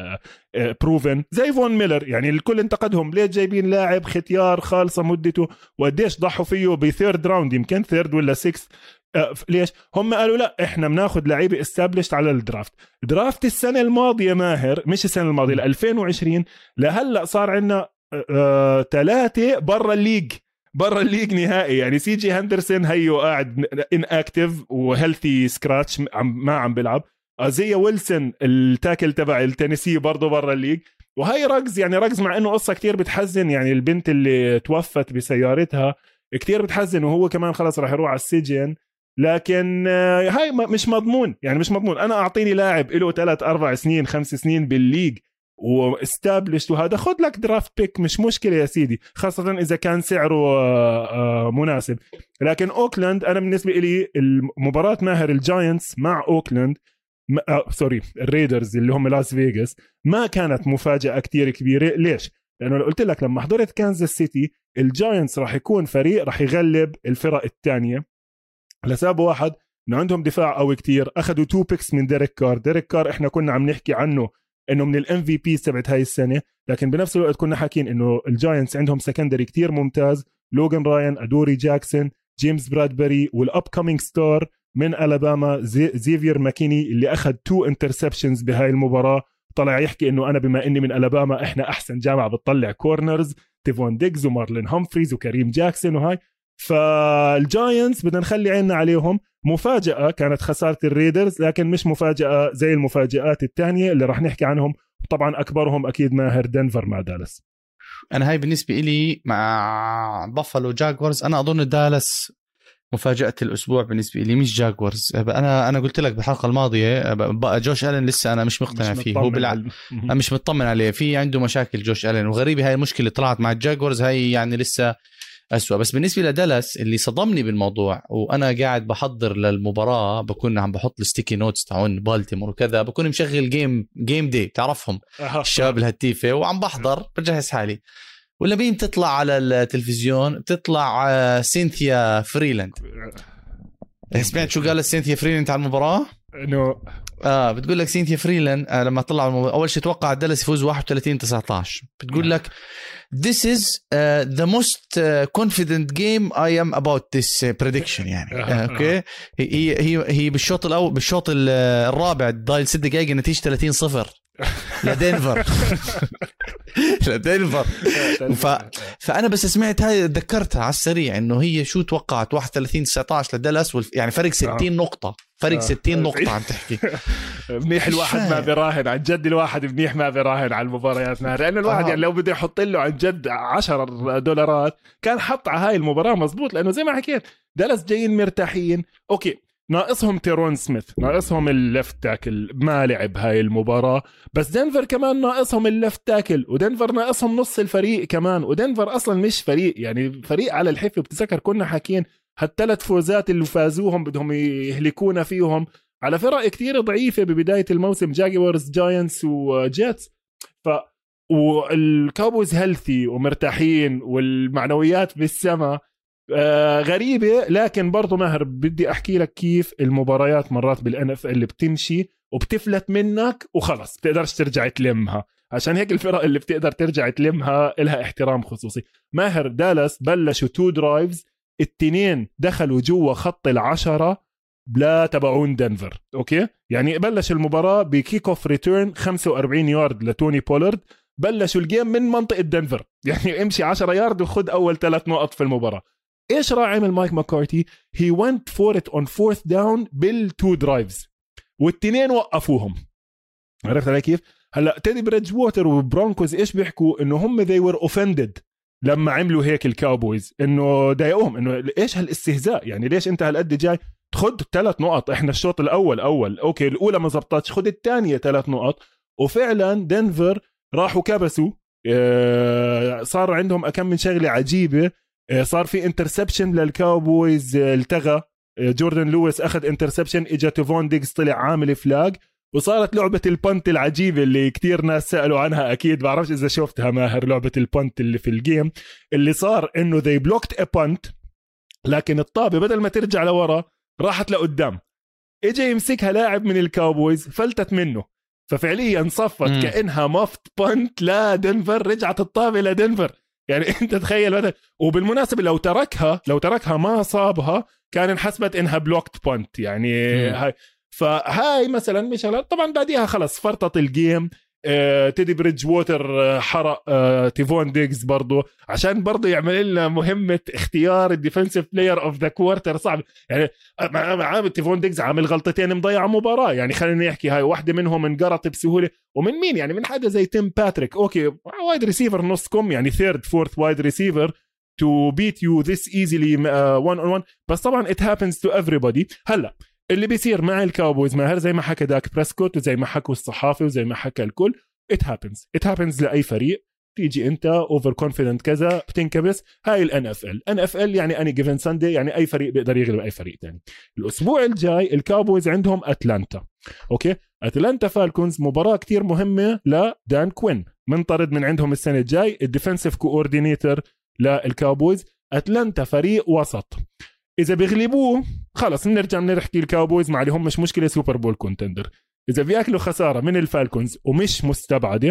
بروفن زي فون ميلر. يعني الكل انتقدهم ليه جايبين لاعب ختيار خالصة مدته، وقديش ضحوا فيه بثيرد راوند، يمكن ثيرد ولا سيكس. آه ليش هم قالوا لا احنا بناخد لعيبه استابلشت على الدرافت. درافت السنه الماضيه ماهر، مش السنه الماضيه ل ألفين وعشرين، لهلا صار عندنا ثلاثه برا الليج برا الليج نهائي. يعني سي جي هندرسون هيو قاعد ان اكتيف وهيلثي سكراتش، ما عم بيلعب. ازيا ويلسون التاكل تبع التينيسي برضه برا الليج. وهي رجز، يعني رجز مع انه قصه كتير بتحزن، يعني البنت اللي توفت بسيارتها كتير بتحزن، وهو كمان خلاص راح يروح على السجن. لكن هاي مش مضمون، يعني مش مضمون. انا اعطيني لاعب له ثلاث اربع سنين خمس سنين بالليج واستابلشت وهذا، خد لك درافت بيك مش مشكله يا سيدي، خاصه اذا كان سعره مناسب. لكن اوكلاند انا بالنسبه لي المباراه ماهر الجاينتس مع اوكلاند ما... آه سوري الريدرز اللي هم لاس فيغاس ما كانت مفاجأة كتير كبيرة. ليش؟ لأنه قلت لك لما حضرت كانزاس سيتي الجاينتس راح يكون فريق راح يغلب الفرق الثانية لسبب واحد، إنه عندهم دفاع قوي كتير. أخذوا تو بيكس من ديريك كار. ديريك كار إحنا كنا عم نحكي عنه إنه من الام في بي تبعت هاي السنة، لكن بنفس الوقت كنا حاكين إنه الجاينتس عندهم سكندري كتير ممتاز، لوغان راين، أدوري جاكسون، جيمس برادبري، والأب كامينج ستار من ألاباما زي زيفير ماكيني اللي أخذ تو انترسبشنز بهاي المباراة. طلع يحكي إنه أنا بما إني من ألاباما إحنا أحسن جامعة بتطلع كورنرز، تيفون ديجز ومارلين هامفريز وكريم جاكسون وهاي. فالجاينتس بدنا نخلي عيننا عليهم. مفاجأة كانت خسارة الريدرز، لكن مش مفاجأة زي المفاجآت الثانية اللي راح نحكي عنهم. طبعا أكبرهم أكيد ماهر دنفر مع دالاس. أنا هاي بالنسبة إلي مع بافالو جاكورز، أنا أظن دالاس مفاجأة الأسبوع بالنسبة لي مش جاكورز. أنا أنا قلت لك بالحلقة الماضية بقى جوش ألين لسه أنا مش مقتنع مش فيه. هو بالعكس أنا مش مطمن عليه، في عنده مشاكل جوش ألين، وغريبة هاي المشكلة طلعت مع الجاكورز، هاي يعني لسه أسوأ. بس بالنسبة لدالاس اللي صدمني بالموضوع، وأنا قاعد بحضر للمباراة بكون عم بحط الستيكي نوتس تاعون بالتيمور وكذا، بكون مشغل جيم جيم دي تعرفهم الشباب الهتيفة وعم بحضر بجهز حالي، ولا بين تطلع على التلفزيون بتطلع سينثيا فريلاند. سمعت شو قالت سينثيا فريلاند على المباراة؟ انه اه بتقول لك سينثيا فريلاند آه لما طلع المباراة اول شيء توقع دالاس يفوز واحد وثلاثين تسعة عشر، بتقول لك this is uh, the most uh, confident game I am about this uh, prediction يعني. اوكي هي هي هي بالشوط الاول بالشوط الرابع ضايل ست دقائق نتيجة ثلاثين صفر لدنفر لدنفر ف... فأنا بس سمعت هاي ذكرتها على السريع إنه هي شو توقعت واحد وثلاثين تسعة عشر لدالاس والف... يعني فرق ستين نقطة فرق ستين نقطة عم تحكي. منيح الواحد ما بيراهن عن جد، الواحد منيح ما بيراهن على المباريات، لأن الواحد آه. يعني لو بده يحط له عن جد عشرة دولارات كان حط على هاي المباراة مزبوط، لأنه زي ما حكيت دالاس جايين مرتاحين. أوكي ناقصهم تيرون سميث، ناقصهم اللفت تاكل ما لعب هاي المباراة، بس دنفر كمان ناقصهم اللفت تاكل، ودنفر ناقصهم نص الفريق كمان، ودنفر أصلا مش فريق يعني فريق على الحفة. بتذكر كنا حاكين هالثلاث فوزات اللي فازوهم بدهم يهلكونا فيهم على فرق كتير ضعيفة ببداية الموسم، جاكورز جاينتس وجيتس. ف والكاوبويز هيلثي ومرتاحين والمعنويات بالسما. آه غريبة، لكن برضو ماهر بدي أحكي لك كيف المباريات مرات بالان اف اللي بتمشي وبتفلت منك وخلص بتقدرش ترجع تلمها، عشان هيك الفرق اللي بتقدر ترجع تلمها إلها احترام خصوصي. ماهر دالاس بلشوا تو درايفز، التنين دخلوا جوا خط العشرة بلا تبعون دنفر. أوكي يعني بلش المباراة بكيك اوف ريتيرن خمسة وأربعين يارد لتوني بولارد، بلشوا الجيم من منطقة دنفر، يعني امشي عشرة يارد وخد أول ثلاث نقط في المباراة. ايش راح عمل مايك ماكارتي؟ هي went for it on fourth down بالتو درايفز والتنين وقفوهم. عرفت علي كيف؟ هلا تيدي بريدج ووتر وبرونكوز ايش بيحكوا؟ انه هم they were offended لما عملوا هيك الكاوبويز، انه ضايقوهم انه ايش هالاستهزاء، يعني ليش انت هالقد جاي خد ثلاث نقط، احنا الشوط الاول اول اوكي الاولى ما زبطتش خد الثانيه ثلاث نقط. وفعلا دنفر راحوا كبسوا، اه صار عندهم اكم من شغله عجيبه. صار في انترسبشن للكاوبويز التغى، جوردن لويس اخذ انترسبشن، اجا تيفون ديكس طلع عامل فلاج، وصارت لعبة البنت العجيبة اللي كتير ناس سألوا عنها، أكيد بعرفش إذا شفتها ماهر، لعبة البنت اللي في الجيم اللي صار إنه they blocked a punt، لكن الطابة بدل ما ترجع لورا راحت لقدام، اجا يمسكها لاعب من الكاوبويز فلتت منه، ففعليا صفت م. كأنها مفت بنت لدنفر، رجعت الطابة لدنفر. يعني انت تخيل بدل، وبالمناسبة لو تركها لو تركها ما صابها كان انحسبت انها بلوكت بونت يعني م. هاي. فهاي مثلا مش طبعا بعديها خلص فرطت الجيم. اه تيدي بريدج ووتر اه حرق اه تيفون ديجز برضو عشان برضو يعمل لنا مهمة اختيار الديفنسيف بلاير اوف ذا كوارتر. صعب يعني عامل تيفون ديجز عامل غلطتين مضيع مباراة، يعني خلينا نحكي هاي واحدة منهم انقرط بسهولة، ومن مين يعني من حدا زي تيم باتريك، اوكي وايد ريسيفر نصكم يعني ثيرد فورث وايد ريسيفر to beat you this easily uh, one on one، بس طبعا it happens to everybody. هلا اللي بيصير مع الكاوبويز ماهر زي ما حكى داك بريسكوت وزي ما حكوا الصحافة وزي ما حكى الكل، it happens it happens لأي فريق. تيجي انت over confident كذا بتنكبس. هاي ال إن إف إل إن إف إل يعني any given Sunday، يعني اي فريق بيقدر يغلب اي فريق تاني. الاسبوع الجاي الكاوبويز عندهم اتلانتا، اوكي اتلانتا فالكونز، مباراة كتير مهمة لدان كوين، منطرد من عندهم السنة الجاي الديفنسيف كوردينيتور للكاوبويز. اتلانتا فريق وسط، إذا بيغلبوه خلص بنرجع بنحكي الكاوبويز ما عليهم مش مشكلة سوبر بول كونتندر. إذا بيأكلوا خسارة من الفالكونز ومش مستبعدة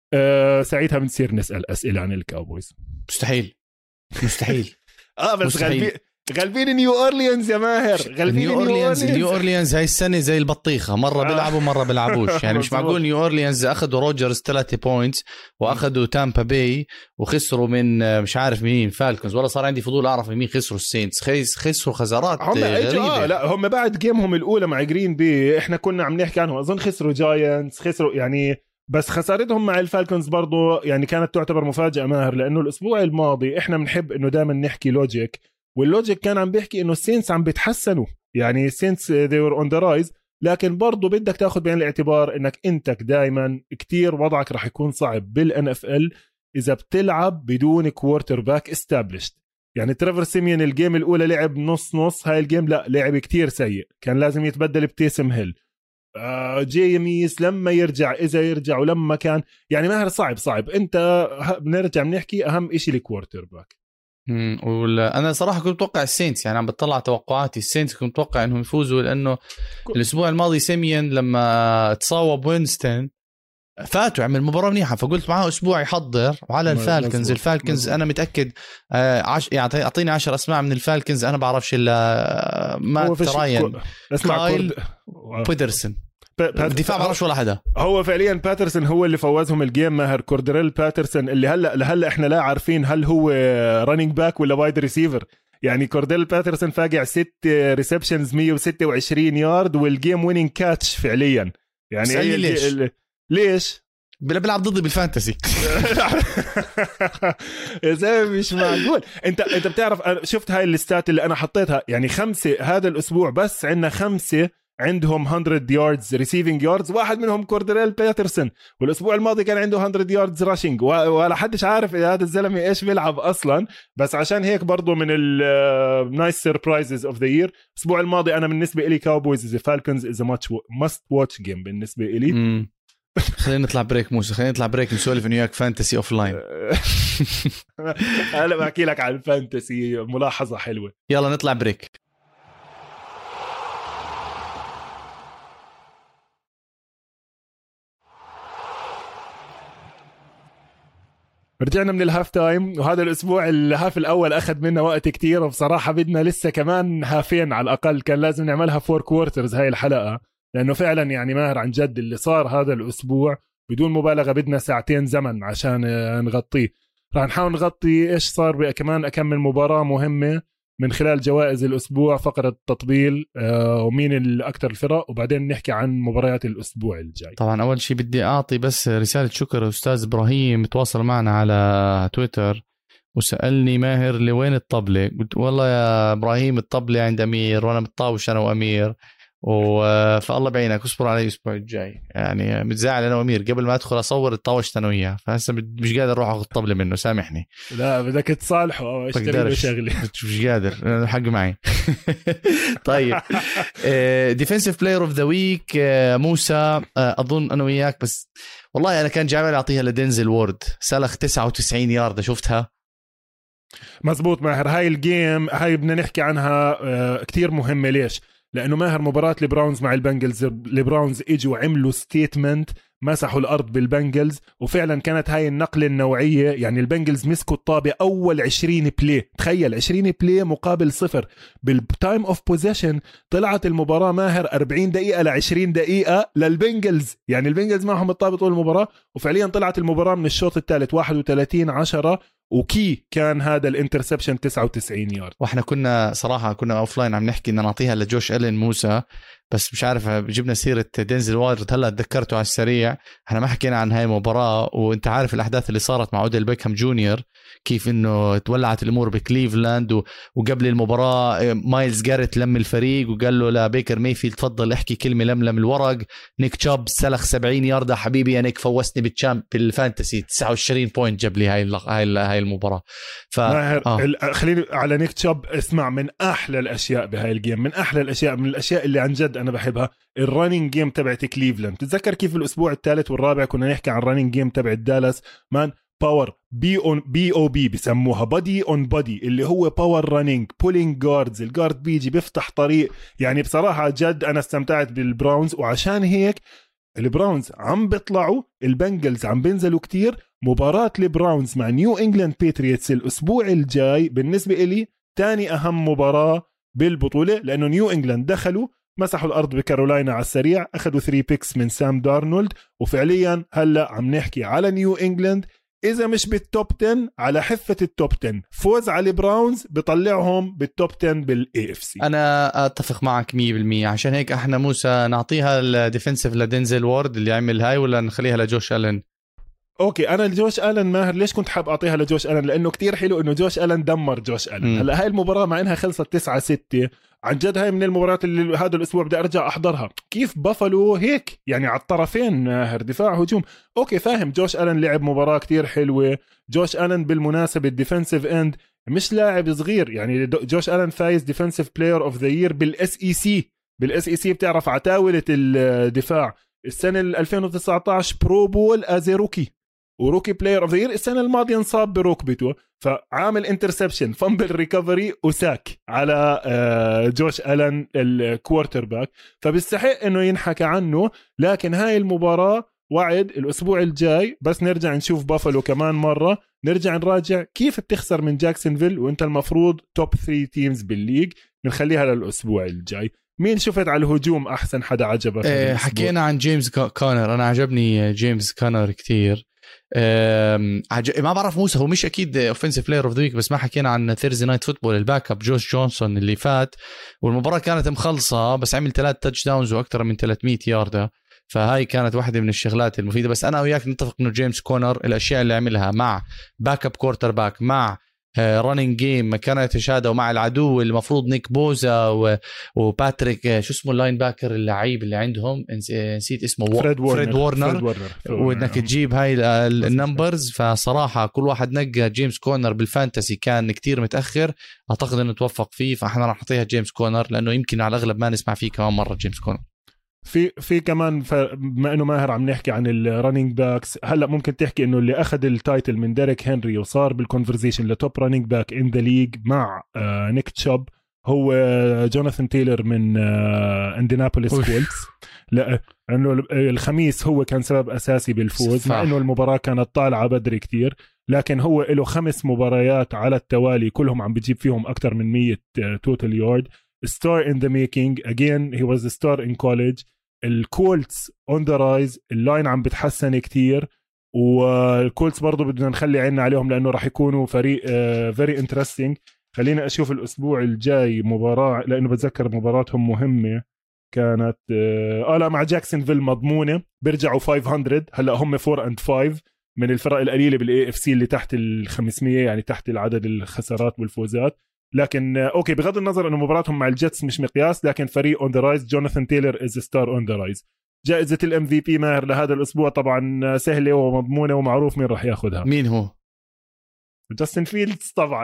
أه ساعتها بنصير نسأل أسئلة عن الكاوبويز. مستحيل مستحيل اه بس مستحيل. غالبين غالبين نيو أورليانز يا ماهر، غالبين نيو أورليانز. نيو أورليانز هاي السنة زي البطيخة، مرة بيلعبوا مرة بيلعبوش، يعني مش معقول نيو أورليانز أخذوا روجرز ثلاثة بوينتس وأخذوا تامبا باي وخسروا من مش عارف مين فالكونز، ولا صار عندي فضول أعرف مين خسروا السينتس، خسروا خسارات هم غريبة. آه لا هم بعد جيمهم الأولى مع جرين بي إحنا كنا عم نحكي عنهم، أظن خسروا جاينتس خسروا يعني، بس خسارتهم مع الفالكونز برضو يعني كانت تعتبر مفاجأة ماهر، لأنه الأسبوع الماضي إحنا بنحب إنه دائما نحكي لوجيك واللوجيك كان عم بيحكي انه السينس عم بيتحسنوا، يعني السينس they were on the rise، لكن برضو بدك تاخذ بعين الاعتبار انك انت دائما كتير وضعك راح يكون صعب بالان اف ال اذا بتلعب بدون كوارتر باك استابلشت. يعني تريفر سيميون الجيم الاولى لعب نص نص، هاي الجيم لا لعب كتير سيء، كان لازم يتبدل بتيسم هيل. آه جيميس لما يرجع اذا يرجع ولما كان يعني ماهر صعب صعب انت بنرجع بنحكي اهم إشي الكوارتر باك. امم وانا صراحه كنت متوقع السينتس، يعني عم بطلع توقعاتي السينتس كنت متوقع انهم يفوزوا، لانه الاسبوع الماضي سيميون لما تصاوب وينستون فاتوا عمل مباراه منيحه، فقلت معاه اسبوع يحضر وعلى الفالكنز. الفالكنز انا متاكد آه عش... يعني اعطيني عشر اسماء من الفالكنز انا بعرفش الا ما تراين كايل بيدرسون الدفاع ما بعرفش ولا حدا. هو فعليا باترسون هو اللي فوزهم الجيم ماهر. كوردريل باترسون اللي هلا لهلا احنا لا عارفين هل هو رانينج باك ولا وايد ريسيفر. يعني كوردريل باترسون فاقع ست ريسبشنز مية وستة وعشرين يارد والجيم ويننج كاتش فعليا. يعني هي ليش ال... ليش بلعب ضدي بالفانتسي يا زلمه مش معقول. انت انت بتعرف شفت هاي الستات اللي انا حطيتها، يعني خمسه هذا الاسبوع بس عندنا خمسه عندهم مية ياردز ريسيفينج ياردز، واحد منهم كوردريل باترسون، والاسبوع الماضي كان عنده مية ياردز راشينج، ولا حدش عارف هذا الزلمه ايش بيلعب اصلا. بس عشان هيك برضو من النايس سربرايزز اوف ذا يير. الاسبوع الماضي انا بالنسبه لي كاوبويز از فالكونز از ماتش ماست واتش جيم بالنسبه لي. خلينا نطلع بريك موسى، خلينا نطلع بريك نسولف انه وياك فانتسي اوف لاين. هلا بحكي لك عن الفانتسي، ملاحظه حلوه. يلا نطلع بريك. رجعنا من الهاف تايم، وهذا الاسبوع الهاف الاول اخذ منا وقت كتير، وبصراحه بدنا لسه كمان هافين على الاقل، كان لازم نعملها فور كوارترز هاي الحلقه، لانه فعلا يعني ماهر عن جد اللي صار هذا الاسبوع بدون مبالغه بدنا ساعتين زمن عشان نغطيه. راح نحاول نغطي ايش صار كمان اكمل مباراه مهمه من خلال جوائز الاسبوع، فقره تطبيل آه ومين الاكثر الفرق، وبعدين نحكي عن مباريات الاسبوع الجاي. طبعا اول شيء بدي اعطي بس رساله شكر استاذ ابراهيم تواصل معنا على تويتر وسالني ماهر لوين الطبله، قلت والله يا ابراهيم الطبله عند امير وانا متطاوش انا وامير، فالله بعينك اصبر علي الاسبوع الجاي. يعني متزاعل انا وامير قبل ما ادخل اصور الطاوشت انا وياه، فهسه مش قادر اروح اخذ طبله منه، سامحني. لا بدك تصالحه او اشتري له شغله. مش قادر الحق معي. طيب ديفنسيف بلاير اوف ذا ويك موسى، اظن انا وياك، بس والله انا كان جاي اعطيها لدينزل وورد، سلخ تسعة وتسعين يارده شفتها. مزبوط ماهر، هاي الجيم هاي بدنا نحكي عنها كتير مهمه. ليش؟ لأنه ماهر مباراة البراونز مع البنجلز، البراونز اجوا عملوا ستيتمنت، مسحوا الأرض بالبنجلز، وفعلا كانت هاي النقلة النوعية. يعني البنجلز مسكوا الطابة أول عشرين بلاي، تخيل عشرين بلاي مقابل صفر بالتايم اوف بوزيشن. طلعت المباراة ماهر أربعين دقيقة لعشرين دقيقة للبنجلز، يعني البنجلز معهم الطابة طول المباراة، وفعليا طلعت المباراة من الشوط الثالث واحد وثلاثين عشرة، وكي كان هذا الانترسبشن تسعة وتسعين يارد. واحنا كنا صراحه كنا اوف لاين عم نحكي ان نعطيها لجوش ألين موسى، بس مش عارف جبنا سيره دينزل وارد هلا تذكرته على السريع. احنا ما حكينا عن هاي المباراه، وانت عارف الاحداث اللي صارت مع اوديل بيكهام جونيور، كيف انه تولعت الامور بكليفلاند، و... وقبل المباراه مايلز جاريت لم الفريق وقال له لبيكر مايفيلد تفضل احكي كلمه لملم الورق. نيك تشاب سلخ سبعين يارده، حبيبي يا نيك فوزتني بالتشامب بالفانتسي، تسعة وعشرين بوينت جاب لي هاي ال... هاي ال... هاي المباراه. ف آه. خليني على نيك تشاب، اسمع، من احلى الاشياء بهاي الجيم، من احلى الاشياء، من الاشياء اللي عن جد انا بحبها الرننج جيم تبعت كليفلاند. تتذكر كيف الاسبوع الثالث والرابع كنا نحكي عن الرننج جيم تبعت دالاس؟ مان باور بي اون بي او بي بسموها بودي اون بودي، اللي هو باور رننج بولينج جاردز، الجارد بيجي بيفتح طريق. يعني بصراحه جد انا استمتعت بالبراونز، وعشان هيك البراونز عم بيطلعوا، البنجلز عم بينزلوا كتير. مباراة البراونز مع نيو انجلاند باتريوتس الاسبوع الجاي بالنسبه لي تاني اهم مباراه بالبطوله، لانه نيو انجلاند دخلوا مسحوا الأرض بكارولاينا على السريع، أخذوا ثري بيكس من سام دارنولد، وفعليا هلأ عم نحكي على نيو إنجلاند إذا مش بالتوب عشرة على حفة التوب عشرة. فوز على البراونز بيطلعهم بالتوب عشرة بالإي إف سي. أنا أتفق معك مية بالمية. عشان هيك احنا موسى نعطيها الديفنسيف لدينزل وورد اللي عمل هاي، ولا نخليها لجوش ألين؟ اوكي انا لجوش آلن ماهر ليش كنت حاب اعطيها لجوش آلن لانه كتير حلو انه جوش آلن دمر جوش آلن. هلا هاي المباراه مع انها خلصت تسعة ستة عن جد هاي من المباريات اللي هذا الاسبوع بدي ارجع احضرها. كيف بافلو هيك يعني على الطرفين ماهر دفاع هجوم. اوكي فاهم جوش آلن لعب مباراه كتير حلوه. جوش آلن بالمناسبه الديفنسيف اند مش لاعب صغير يعني جوش آلن فايز ديفنسيف بلاير اوف ذا يير بالاس اي سي. بالاس اي سي بتعرف عتاوله الدفاع السنه ألفين وتسعة عشر برو بول از روكي وروكي بلاير اوف ذا يير. السنه الماضيه انصاب بركبته فعامل انترسبشن فامبل ريكفري وساك على جوش آلن الكوارتر باك فبيستحق انه ينحكى عنه. لكن هاي المباراه وعد الاسبوع الجاي بس نرجع نشوف بافلو كمان مره نرجع نراجع كيف بتخسر من جاكسونفيل وانت المفروض توب ثلاثة تيمز بالليج. بنخليها للاسبوع الجاي. مين شفت على الهجوم احسن حدا عجبك؟ اه حكينا عن جيمس كونر. انا عجبني جيمس كونر كتير. عجب... ما بعرف موسى هو مش اكيد اوفنسيف بلاير اوف ذا ويك بس ما حكينا عن ثيرزي نايت فوتبول الباك اب جوش جونسون اللي فات والمباراه كانت مخلصه بس عمل ثلاث تاتش داونز واكثر من ثلاثمية ياردة فهاي كانت واحدة من الشغلات المفيدة. بس انا وياك نتفق انه جيمس كونر الاشياء اللي عملها مع باك اب كورتر باك مع رانينج جيم كانت تشاهده ومع العدو المفروض نيك بوزا و... وباتريك شو اسمه اللاين باكر اللعيب اللي عندهم نسيت اسمه فريد وورنر, فريد وورنر. فريد وورنر. وانك تجيب هاي النمبرز فصراحه كل واحد نقى جيمس كونر بالفانتسي كان كتير متاخر اعتقد انه توفق فيه فاحنا راح نعطيها جيمس كونر لانه يمكن على الاغلب ما نسمع فيه كمان مره جيمس كونر. في في كمان بما انه ماهر عم نحكي عن الرننج باكس هلا ممكن تحكي انه اللي اخذ التايتل من ديريك هنري وصار بالكونفرزيشن لتوب رننج باك ان ذا ليج مع آه نيك تشوب هو جوناثان تايلر من آه اندينابوليس كولتس. لا انه الخميس هو كان سبب اساسي بالفوز مع انه المباراه كانت طالعه بدري كتير لكن هو له خمس مباريات على التوالي كلهم عم بيجيب فيهم اكثر من مية توتال يارد. star in the making again he was a star in college. الكولتس on the rise اللاين عم بتحسن كتير والكولتس برضو بدنا نخلي عيننا عليهم لأنه راح يكونوا فريق uh, very interesting. خلينا أشوف الأسبوع الجاي مباراة لأنه بتذكر مباراتهم مهمة كانت آه لا مع جاكسونفيل مضمونة بيرجعوا خمسمية هلأ هم أربعة and خمسة من الفرق القليلة بالاي اف سي اللي تحت ال خمسمية يعني تحت العدد الخسارات والفوزات. لكن اوكي بغض النظر انه مباراتهم مع الجيتس مش مقياس لكن فريق اون ذا رايز. جوناثان تايلر از ستار اون ذا رايز. جائزة الام في بي ماهر لهذا الاسبوع طبعا سهلة ومضمونة ومعروف مين راح ياخذها. مين هو؟ جاستن فيلدز طبعا.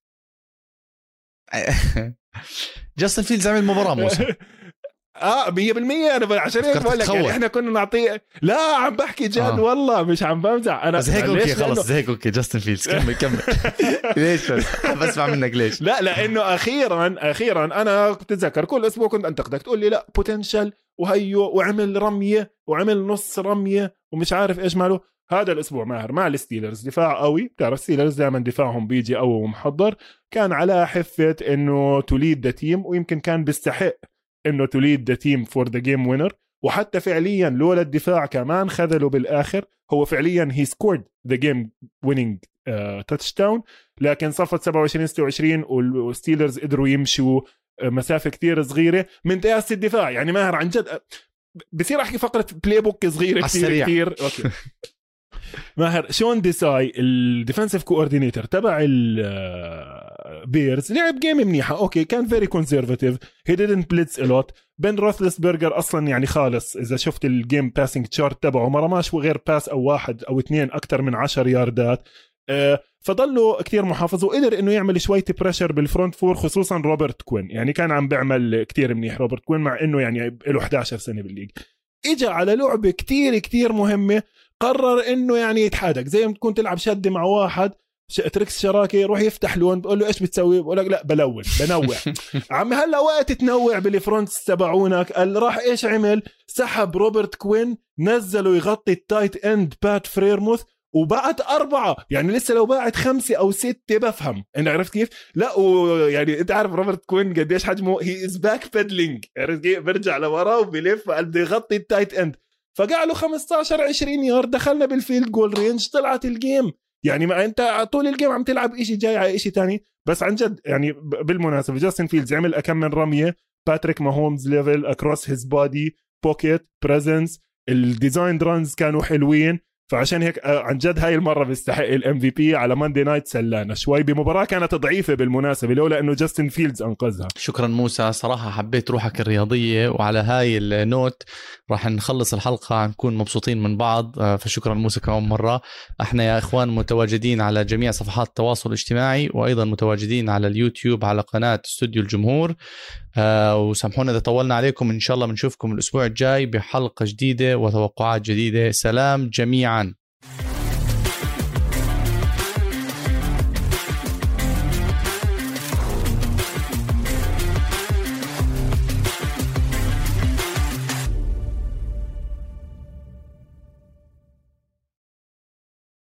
جاستن فيلدز عمل مباراة موسى اه مية بالمية انا عشان هيك بقول لك يعني احنا كنا نعطيه لا عم بحكي جد آه. والله مش عم بمزح انا بس هيك اوكي خلص هيك اوكي جاستن فيلدز كمل كمل ليش بسمع منك ليش؟ لا لانه اخيرا اخيرا انا كنت اتذكر كل اسبوع كنت انتقدك تقول لي لا بوتنشل وهيو وعمل رميه وعمل نص رميه ومش عارف ايش ماله. هذا الاسبوع ماهر مع الستيلرز دفاع قوي بتعرف الستيلرز دائما دفاعهم بيجي قوي ومحضر كان على حفه انه توليد ذا تيم ويمكن كان بيستحق انه توليد ذا تيم فور ذا جيم وينر وحتى فعليا لولا الدفاع كمان خذله بالاخر هو فعليا هي سكورد ذا جيم ويننج تاتش داون لكن صفت سبعة وعشرين ستة وعشرين والستيلرز قدروا يمشوا مسافه كتير صغيره من تياس الدفاع. يعني ماهر عن جد بصير احكي فقره بلاي بوك صغيره كتير كتير اوكي ماهر شون ديساي الديفنسيف كوردينيتور تبع البيرز لعب جيم منيحه اوكي كان فيري كونسرفاتيف هي didn't blitz a lot. بن روثلسبرجر اصلا يعني خالص اذا شفت الجيم باسنج تشارت تبعه ما رماش غير باس او واحد او اثنين اكثر من عشر ياردات أه فضلوا كتير محافظ وقدر انه يعمل شويه بريشر بالفرونت فور خصوصا روبرت كوين يعني كان عم بيعمل كتير منيح روبرت كوين مع انه يعني له إحدى عشرة سنه بالليج. اجى على لعبه كتير كتير مهمه قرر انه يعني يتحادق زي ما تكون تلعب شد مع واحد تركس شراكه يروح يفتح لون بقول له ايش بتسوي بقول لك لا بلون بنوع عم هلا وقت تنوع بالفرونتس تبعونك قال راح ايش عمل سحب روبرت كوين نزله يغطي التايت اند بات فريرموث وبعد أربعة يعني لسه لو بعد خمسة أو ستة بفهم أنت عرفت كيف لا ويعني أنت عارف روبرت كوين قديش حجمه هي إز باك بيدلينج عرفت كيف برجع لورا وبيلف قال يغطي التايت اند فقع له خمستاشر عشرين يارد دخلنا بالفيلد جول رينج طلعت الجيم. يعني ما انت طول الجيم عم تلعب اشي جاي على اشي تاني. بس عن جد يعني بالمناسبة جاستن فيلدز عمل أكم من رمية باتريك ماهومز ليفل اكروس هيز بودي بوكيت بريزنس الديزاين رانز كانوا حلوين فعشان هيك عن جد هاي المره بيستحق الام في بي على ماندي نايت. سلانا شوي بمباراه كانت ضعيفه بالمناسبه لولا انه جاستن فيلدز انقذها. شكرا موسى، صراحه حبيت روحك الرياضيه، وعلى هاي النوت راح نخلص الحلقه، نكون مبسوطين من بعض. فشكرا موسى كمان مره. احنا يا اخوان متواجدين على جميع صفحات التواصل الاجتماعي، وايضا متواجدين على اليوتيوب على قناه استوديو الجمهور. آه وسامحونا اذا طولنا عليكم، ان شاء الله بنشوفكم الاسبوع الجاي بحلقه جديده وتوقعات جديده. سلام جميعا.